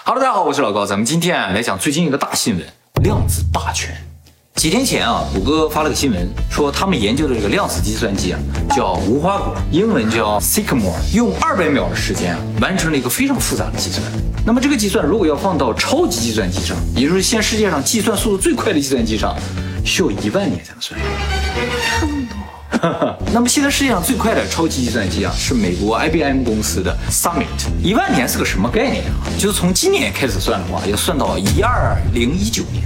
Hello， 大家好，我是老高，咱们今天来讲最近一个大新闻——量子霸权。几天前谷歌发了个新闻，说他们研究的这个量子计算机叫无花果，英文叫 Sycamore， 用200秒的时间完成了一个非常复杂的计算。那么这个计算如果要放到超级计算机上，也就是现世界上计算速度最快的计算机上，需要1万年才能算出来。这么多。那么现在世界上最快的超级计算机是美国 IBM 公司的 Summit。1万年是个什么概念就是从今年开始算的话，要算到12019年。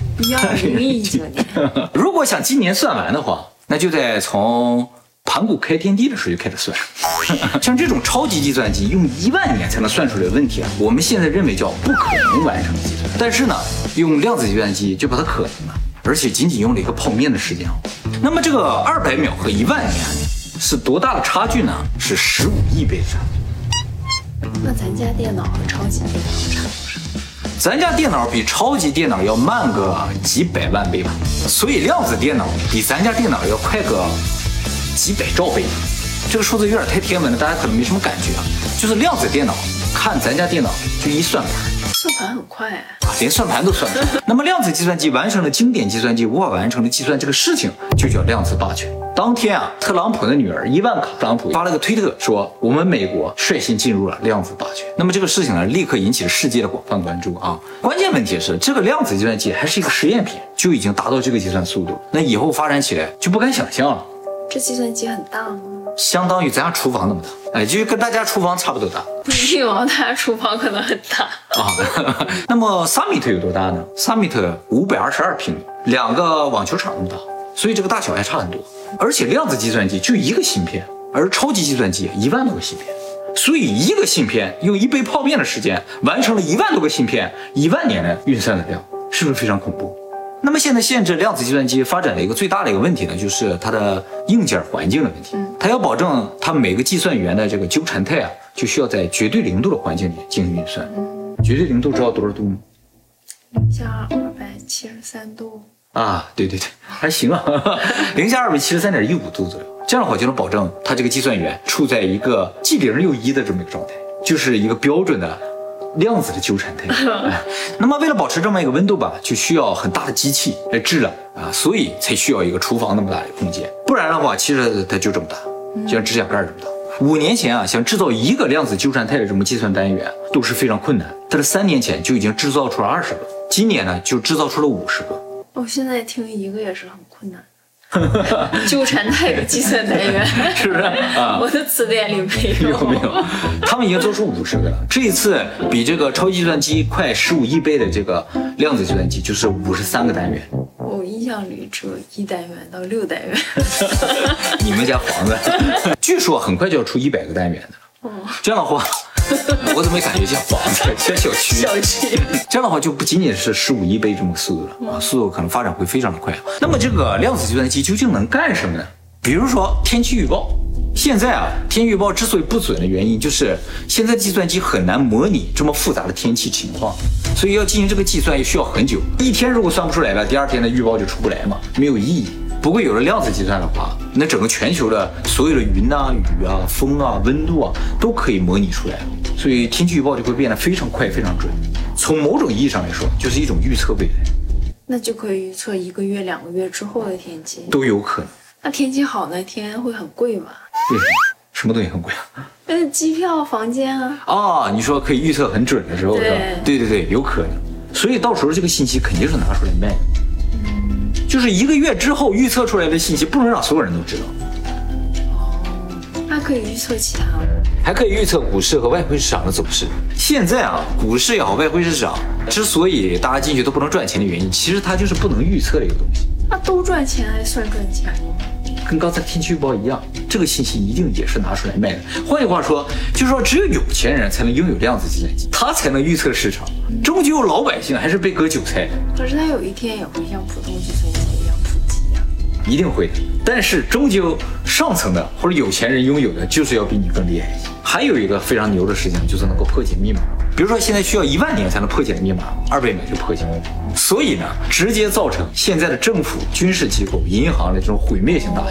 12019年。 如果想今年算完的话，那就得从盘古开天地的时候就开始算。像这种超级计算机用1万年才能算出来的问题我们现在认为叫不可能完成的计算。但是呢，用量子计算机就把它可能了，而且仅仅用了一个泡面的时间。那么这个200秒和1万年是多大的差距呢？是15亿倍的差距。 那咱家电脑和超级电脑差多少？ 咱家电脑比超级电脑要慢个几百万倍吧，所以量子电脑比咱家电脑要快个几百兆倍。这个数字有点太天文了，大家可能没什么感觉就是量子电脑看咱家电脑就一算盘。 算盘很快连算盘都算不出。那么量子计算机完成了经典计算机无法完成的计算，这个事情就叫量子霸权。当天特朗普的女儿伊万卡·特朗普发了个推特说，我们美国率先进入了量子霸权。那么这个事情立刻引起了世界的广泛关注关键问题是，这个量子计算机还是一个实验品，就已经达到这个计算速度，那以后发展起来就不敢想象了。 这计算机很大吗？ 相当于咱家厨房那么大，就跟大家厨房差不多大。 不一定大家厨房可能很大那么 Summit 有多大呢？ Summit 522平米，2个网球场那么大，所以这个大小还差很多。而且量子计算机就一个芯片，而超级计算机1万多个芯片，所以一个芯片用1杯泡面的时间完成了1万多个芯片1万年的运算的量，是不是非常恐怖？那么现在限制量子计算机发展的一个最大的一个问题呢，就是它的硬件环境的问题。它要保证它每个计算元的这个纠缠态就需要在绝对0度的环境里进行运算。绝对0度知道多少度吗 ？-273度对，还行-273.15度左右。这样的话就能保证它这个计算元处在一个既0又1的这么一个状态，就是一个标准的量子的纠缠态。那么为了保持这么一个温度就需要很大的机器来制冷所以才需要一个厨房那么大的空间。不然的话，其实它就这么大，就像指甲盖这么大。5年前想制造一个量子纠缠态的这么计算单元都是非常困难，但是3年前就已经制造出了20个，今年呢就制造出了50个。 我现在听一个也是很困难。纠缠态的计算单元是不是我的词典里没有。 他们已经做出50个了。这一次比这个超级计算机快15亿倍的这个量子计算机就是53个单元。 我印象里只有1单元到6单元。 你们家房子据说很快就要出100个单元的了。这样的话我怎么感觉像房子像小区这样的话就不仅仅是15亿倍这么速度了速度可能发展会非常的快。那么这个量子计算机究竟能干什么呢？比如说天气预报。现在天气预报之所以不准的原因就是现在计算机很难模拟这么复杂的天气情况，所以要进行这个计算也需要很久。一天如果算不出来了，第2天的预报就出不来嘛，没有意义。不过有了量子计算的话，那整个全球的所有的云雨风温度都可以模拟出来了，所以天气预报就会变得非常快非常准。从某种意义上来说，就是一种预测未来。 那就可以预测1个月2个月之后的天气都有可能。 那天气好那天会很贵吗？ 为什么？什么东西很贵机票房间你说可以预测很准的时候是吧？对，有可能。所以到时候这个信息肯定是拿出来卖的。就是1个月之后预测出来的信息不能让所有人都知道。 那可以预测其他吗？ 还可以预测股市和外汇市场的走势。现在股市也好，外汇市场之所以大家进去都不能赚钱的原因，其实它就是不能预测的一个东西。 那都赚钱还算赚钱吗？ 跟刚才天气预报一样，这个信息一定也是拿出来卖的。换句话说，就是说只有有钱人才能拥有量子计算机，他才能预测市场。终究老百姓还是被割韭菜的。 可是他有一天也会像普通计算机一样普及一定会的。但是终究上层的或者有钱人拥有的就是要比你更厉害一些。还有一个非常牛的事情，就是能够破解密码。比如说现在需要1万年才能破解的密码，200秒就破解了。所以呢，直接造成现在的政府、军事机构、银行的这种毁灭性打击。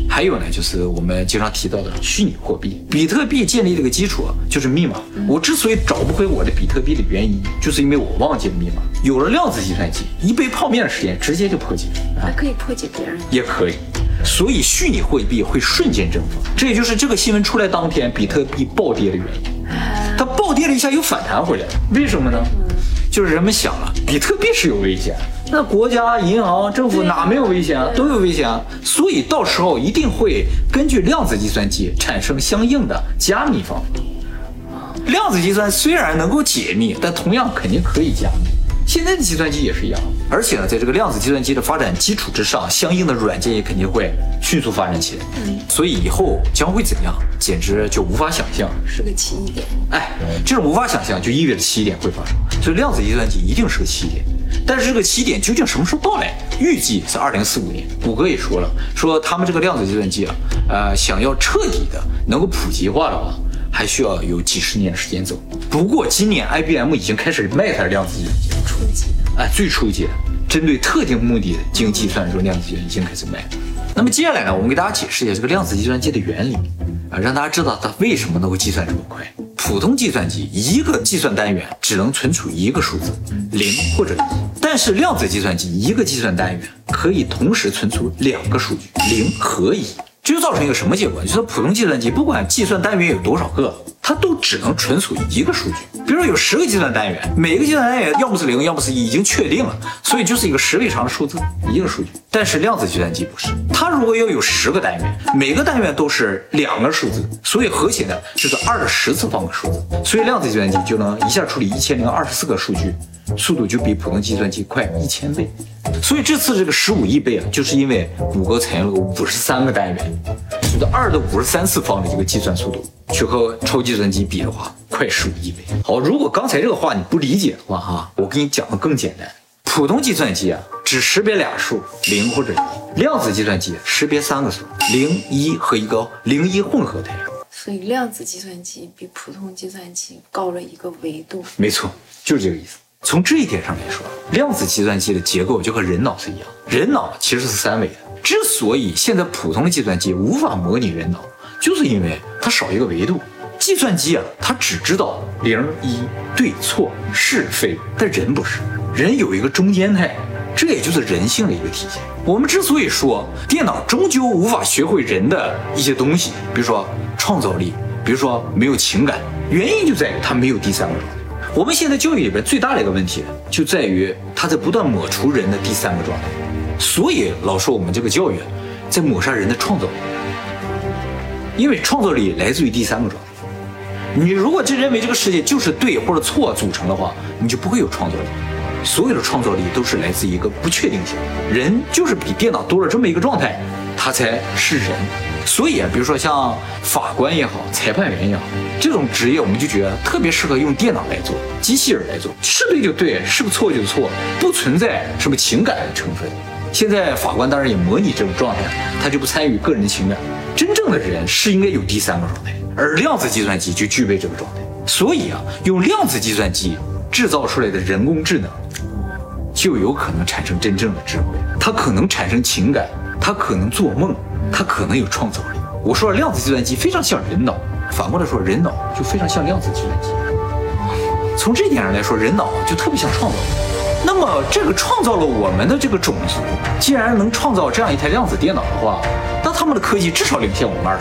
还有呢，就是我们经常提到的虚拟货币。比特币建立这个基础就是密码。我之所以找不回我的比特币的原因，就是因为我忘记了密码。有了量子计算机，一杯泡面的时间直接就破解了。 还可以破解别人， 也可以。所以虚拟货币会瞬间蒸发，这也就是这个新闻出来当天比特币暴跌的原因。它暴跌了一下又反弹回来了，为什么呢？就是人们想了，比特币是有危险，那国家、银行、政府哪没有危险啊？都有危险啊！所以到时候一定会根据量子计算机产生相应的加密方法。量子计算虽然能够解密，但同样肯定可以加密。现在的计算机也是一样，而且呢，在这个量子计算机的发展基础之上，相应的软件也肯定会迅速发展起来。所以以后将会怎样，简直就无法想象。 是个奇异点。 这种无法想象就意味着奇异点会发生，所以量子计算机一定是个奇异点。但是这个起点究竟什么时候到来？预计是2045年。谷歌也说了，说他们这个量子计算机想要彻底的能够普及化的话，还需要有几十年的时间走。不过今年 IBM 已经开始卖它的量子计算机， 初级的， 最初级的，针对特定目的的进行计算的时候，量子计算机已经开始卖了。那么接下来呢，我们给大家解释一下这个量子计算机的原理让大家知道它为什么能够计算这么快。普通计算机一个计算单元只能存储一个数字0或者1，但是量子计算机一个计算单元可以同时存储2个数据0和1，这就造成一个什么结果？就是普通计算机不管计算单元有多少个，它都只能存储一个数据。比如说有10个计算单元，每个计算单元要不是0，要不是1，已经确定了，所以就是一个10位长的数字，一个数据。但是量子计算机不是，它如果要有10个单元，每个单元都是2个数字，所以合起来就是2的10次方个数字，所以量子计算机就能一下处理1024个数据，速度就比普通计算机快1000倍。所以这次这个15亿倍就是因为谷歌采用了个53个单元，就是2的53次方的这个计算速度，去和超计算机比的话，快15亿倍。好，如果刚才这个话你不理解的话我给你讲的更简单。普通计算机只识别俩数0或者1，量子计算机识别3个数0、1和一个0、1混合态。 所以量子计算机比普通计算机高了一个维度。 没错，就是这个意思。从这一点上来说，量子计算机的结构就和人脑是一样，人脑其实是3维的。之所以现在普通的计算机无法模拟人脑，就是因为它少一个维度。计算机它只知道0、1、对错是非，但人不是，人有一个中间态，这也就是人性的一个体现。我们之所以说电脑终究无法学会人的一些东西，比如说创造力，比如说没有情感，原因就在于它没有第3个状态。我们现在教育里边最大的一个问题就在于它在不断抹除人的第3个状态，所以老说我们这个教育在抹杀人的创造力，因为创造力来自于第3个状态。你如果真认为这个世界就是对或者错组成的话，你就不会有创造力。所有的创造力都是来自一个不确定性，人就是比电脑多了这么一个状态，他才是人。所以比如说像法官也好，裁判员也好，这种职业我们就觉得特别适合用电脑来做，机器人来做，是对就对，是不错就错，不存在什么情感的成分。现在法官当然也模拟这种状态，他就不参与个人的情感。真正的人是应该有第3个状态，而量子计算机就具备这个状态。所以用量子计算机制造出来的人工智能就有可能产生真正的智慧，它可能产生情感，它可能做梦，它可能有创造力。我说量子计算机非常像人脑，反过来说人脑就非常像量子计算机。从这一点上来说，人脑就特别像创造力。那么这个创造了我们的这个种族，既然能创造这样一台量子电脑的话，那他们的科技至少领先我们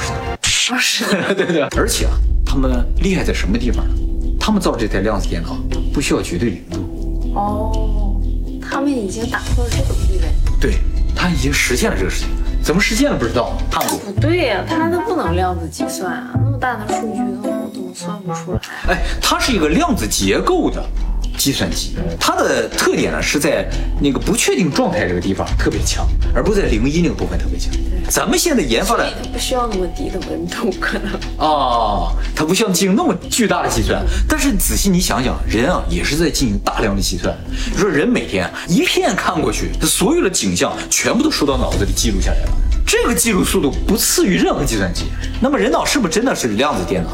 20年。对对。而且他们厉害在什么地方呢？他们造这台量子电脑不需要绝对零度。 他们已经打破了这个壁垒。 对，他已经实现了这个事情。怎么实现了不知道，看过。 不对呀，它都不能量子计算那么大的数据都算不出来。 它是一个量子结构的计算机，它的特点呢是在那个不确定状态这个地方特别强，而不是在0、1那个部分特别强。咱们现在研发的， 所以它不需要那么低的温度，可能它不需要进行那么巨大的计算。但是仔细你想想，人也是在进行大量的计算。你说人每天一片看过去，他所有的景象全部都收到脑子里记录下来了，这个记录速度不次于任何计算机。那么人脑是不是真的是量子电脑呢？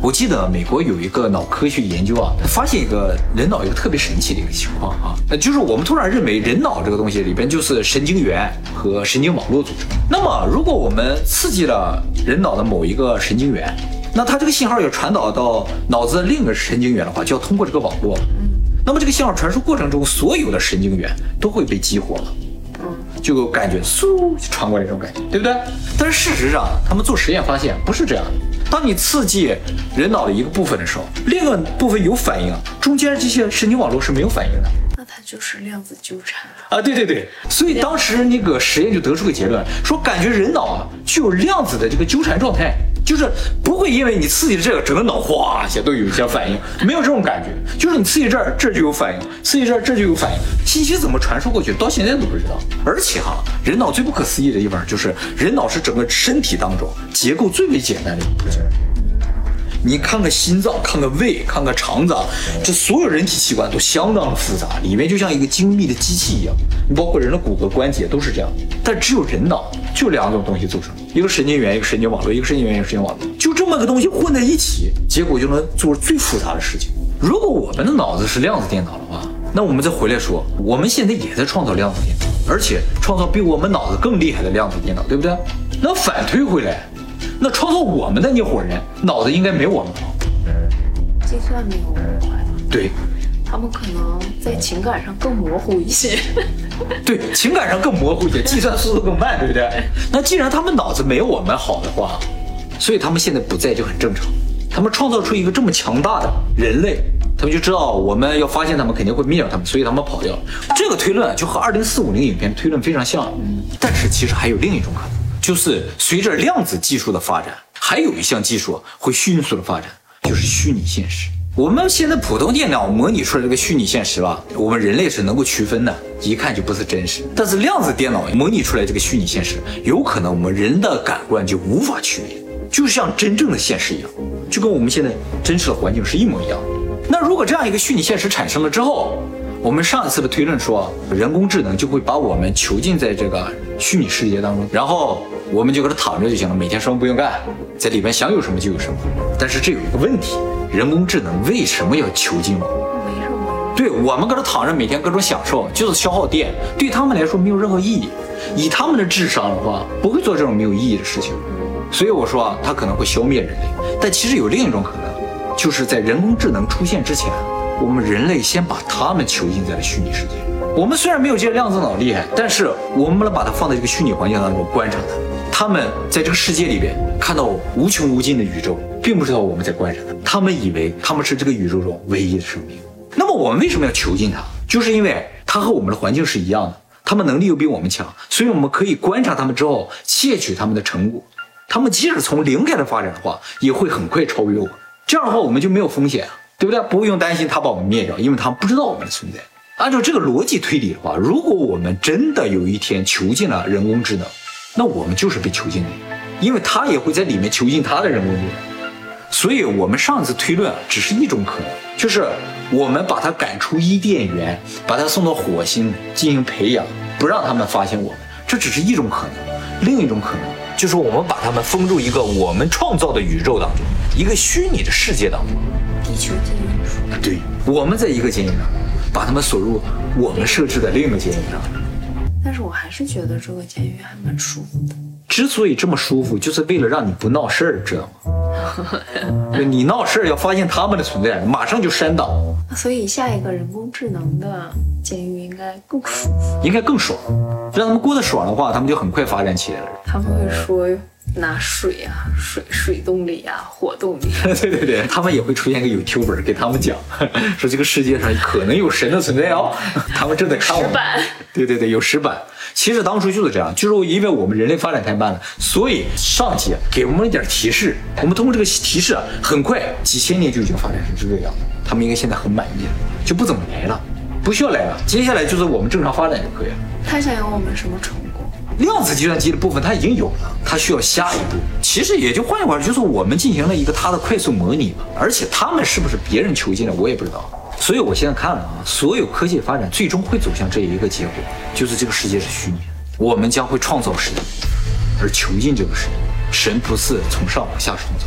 我记得美国有一个脑科学研究啊，他发现一个人脑一个特别神奇的一个情况啊，就是我们突然认为人脑这个东西里边就是神经元和神经网络组成。那么如果我们刺激了人脑的某一个神经元，那它这个信号要传导到脑子的另一个神经元的话，就要通过这个网络。那么这个信号传输过程中，所有的神经元都会被激活了。就感觉嗖就传过来这种感觉，对不对？但是事实上，他们做实验发现不是这样的。当你刺激人脑的一个部分的时候，另一个部分有反应，中间这些神经网络是没有反应的。 那它就是量子纠缠啊！对对对，所以当时那个实验就得出个结论，说感觉人脑啊具有量子的这个纠缠状态。就是不会因为你刺激了这个，整个脑哗一下都有一些反应，没有这种感觉。就是你刺激这儿，这就有反应；刺激这儿，这就有反应。信息怎么传输过去，到现在都不知道。而且哈，人脑最不可思议的地方就是，人脑是整个身体当中结构最为简单的一部件。你看看心脏，看看胃，看看肠子，这所有人体器官都相当的复杂，里面就像一个精密的机器一样。你包括人的骨骼关节都是这样，但只有人脑就两种东西组成，一个神经元，一个神经网络，一个神经元，一个神经网络，就这么个东西混在一起，结果就能做最复杂的事情。如果我们的脑子是量子电脑的话，那我们再回来说，我们现在也在创造量子电脑，而且创造比我们脑子更厉害的量子电脑，对不对？那反推回来，那创造我们的那伙人脑子应该没我们好， 计算没有我们快吧？ 对， 他们可能在情感上更模糊一些。 对，情感上更模糊一些，计算速度更慢，对不对？那既然他们脑子没有我们好的话，所以他们现在不在就很正常。他们创造出一个这么强大的人类，他们就知道我们要发现他们肯定会灭掉他们，所以他们跑掉了。这个推论就和2045影片推论非常像，但是其实还有另一种可能，就是随着量子技术的发展，还有一项技术会迅速的发展，就是虚拟现实。我们现在普通电脑模拟出来这个虚拟现实吧，我们人类是能够区分的，一看就不是真实。但是量子电脑模拟出来这个虚拟现实，有可能我们人的感官就无法区别，就像真正的现实一样，就跟我们现在真实的环境是一模一样的。那如果这样一个虚拟现实产生了之后，我们上一次的推论说，人工智能就会把我们囚禁在这个虚拟世界当中，然后我们就搁这躺着就行了，每天什么不用干，在里边想有什么就有什么。但是这有一个问题，人工智能为什么要囚禁我？ 没什么。 对，我们搁这躺着，每天各种享受，就是消耗电，对他们来说没有任何意义。以他们的智商的话，不会做这种没有意义的事情。所以我说啊，它可能会消灭人类。但其实有另一种可能，就是在人工智能出现之前，我们人类先把他们囚禁在了虚拟世界。我们虽然没有这些量子脑厉害，但是我们能把它放在这个虚拟环境当中观察它。他们在这个世界里边看到无穷无尽的宇宙，并不知道我们在观察它，他们以为他们是这个宇宙中唯一的生命。那么我们为什么要囚禁它？就是因为它和我们的环境是一样的，他们能力又比我们强，所以我们可以观察他们之后窃取他们的成果。他们即使从零开始发展的话，也会很快超越我。这样的话我们就没有风险，对不对？不用担心他把我们灭掉，因为他们不知道我们的存在。按照这个逻辑推理的话，如果我们真的有一天囚禁了人工智能，那我们就是被囚禁的人，因为他也会在里面囚禁他的人工智能。所以我们上次推论只是一种可能，就是我们把他赶出伊甸园，把他送到火星进行培养，不让他们发现我们，这只是一种可能。另一种可能就是我们把他们封入一个我们创造的宇宙当中，一个虚拟的世界当中。 地球监狱。 对，我们在一个监狱上，把他们锁入我们设置的另一个监狱上。 但是我还是觉得这个监狱还蛮舒服的。 之所以这么舒服，就是为了让你不闹事儿，知道吗？你闹事儿要发现他们的存在，马上就删档。 所以下一个人工智能的监狱应该更舒服， 应该更爽。让他们过得爽的话，他们就很快发展起来了。 他们会说拿水啊，水动力啊，火动力。 对对对，他们也会出现一个YouTuber给他们讲，说这个世界上可能有神的存在哦。他们正在看我们。 石板。对对对，有石板。其实当初就是这样，就是因为我们人类发展太慢了，所以上级给我们一点提示，我们通过这个提示很快几千年就已经发展成这个样子。他们应该现在很满意了，就不怎么来了，不需要来了，接下来就是我们正常发展就可以了。 他想要我们什么成果？ 量子计算机的部分它已经有了，它需要下一步。其实也就换句话说，就是我们进行了一个它的快速模拟嘛。而且他们是不是别人囚禁的，我也不知道。所以我现在看了啊，所有科技发展最终会走向这一个结果，就是这个世界是虚拟的，我们将会创造神，而囚禁这个神。神不是从上往下创造，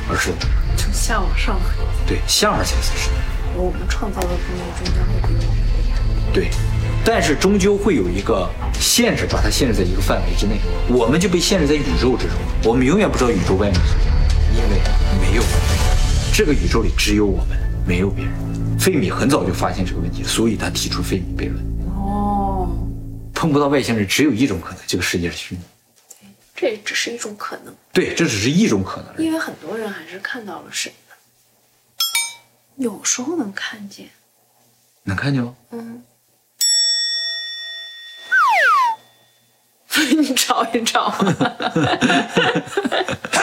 而是从下往上。 对，向着才是神。 我们创造的东西终将会比我们厉害。 对，但是终究会有一个限制，把它限制在一个范围之内，我们就被限制在宇宙之中，我们永远不知道宇宙外面是什么，因为没有这个宇宙里只有我们，没有别人。费米很早就发现这个问题，所以他提出费米悖论。 哦， 碰不到外星人只有一种可能，这个世界是虚拟。 对，这只是一种可能。 对，这只是一种可能。 因为很多人还是看到了神的，有时候能看见。 能看见吗？ 你找一找。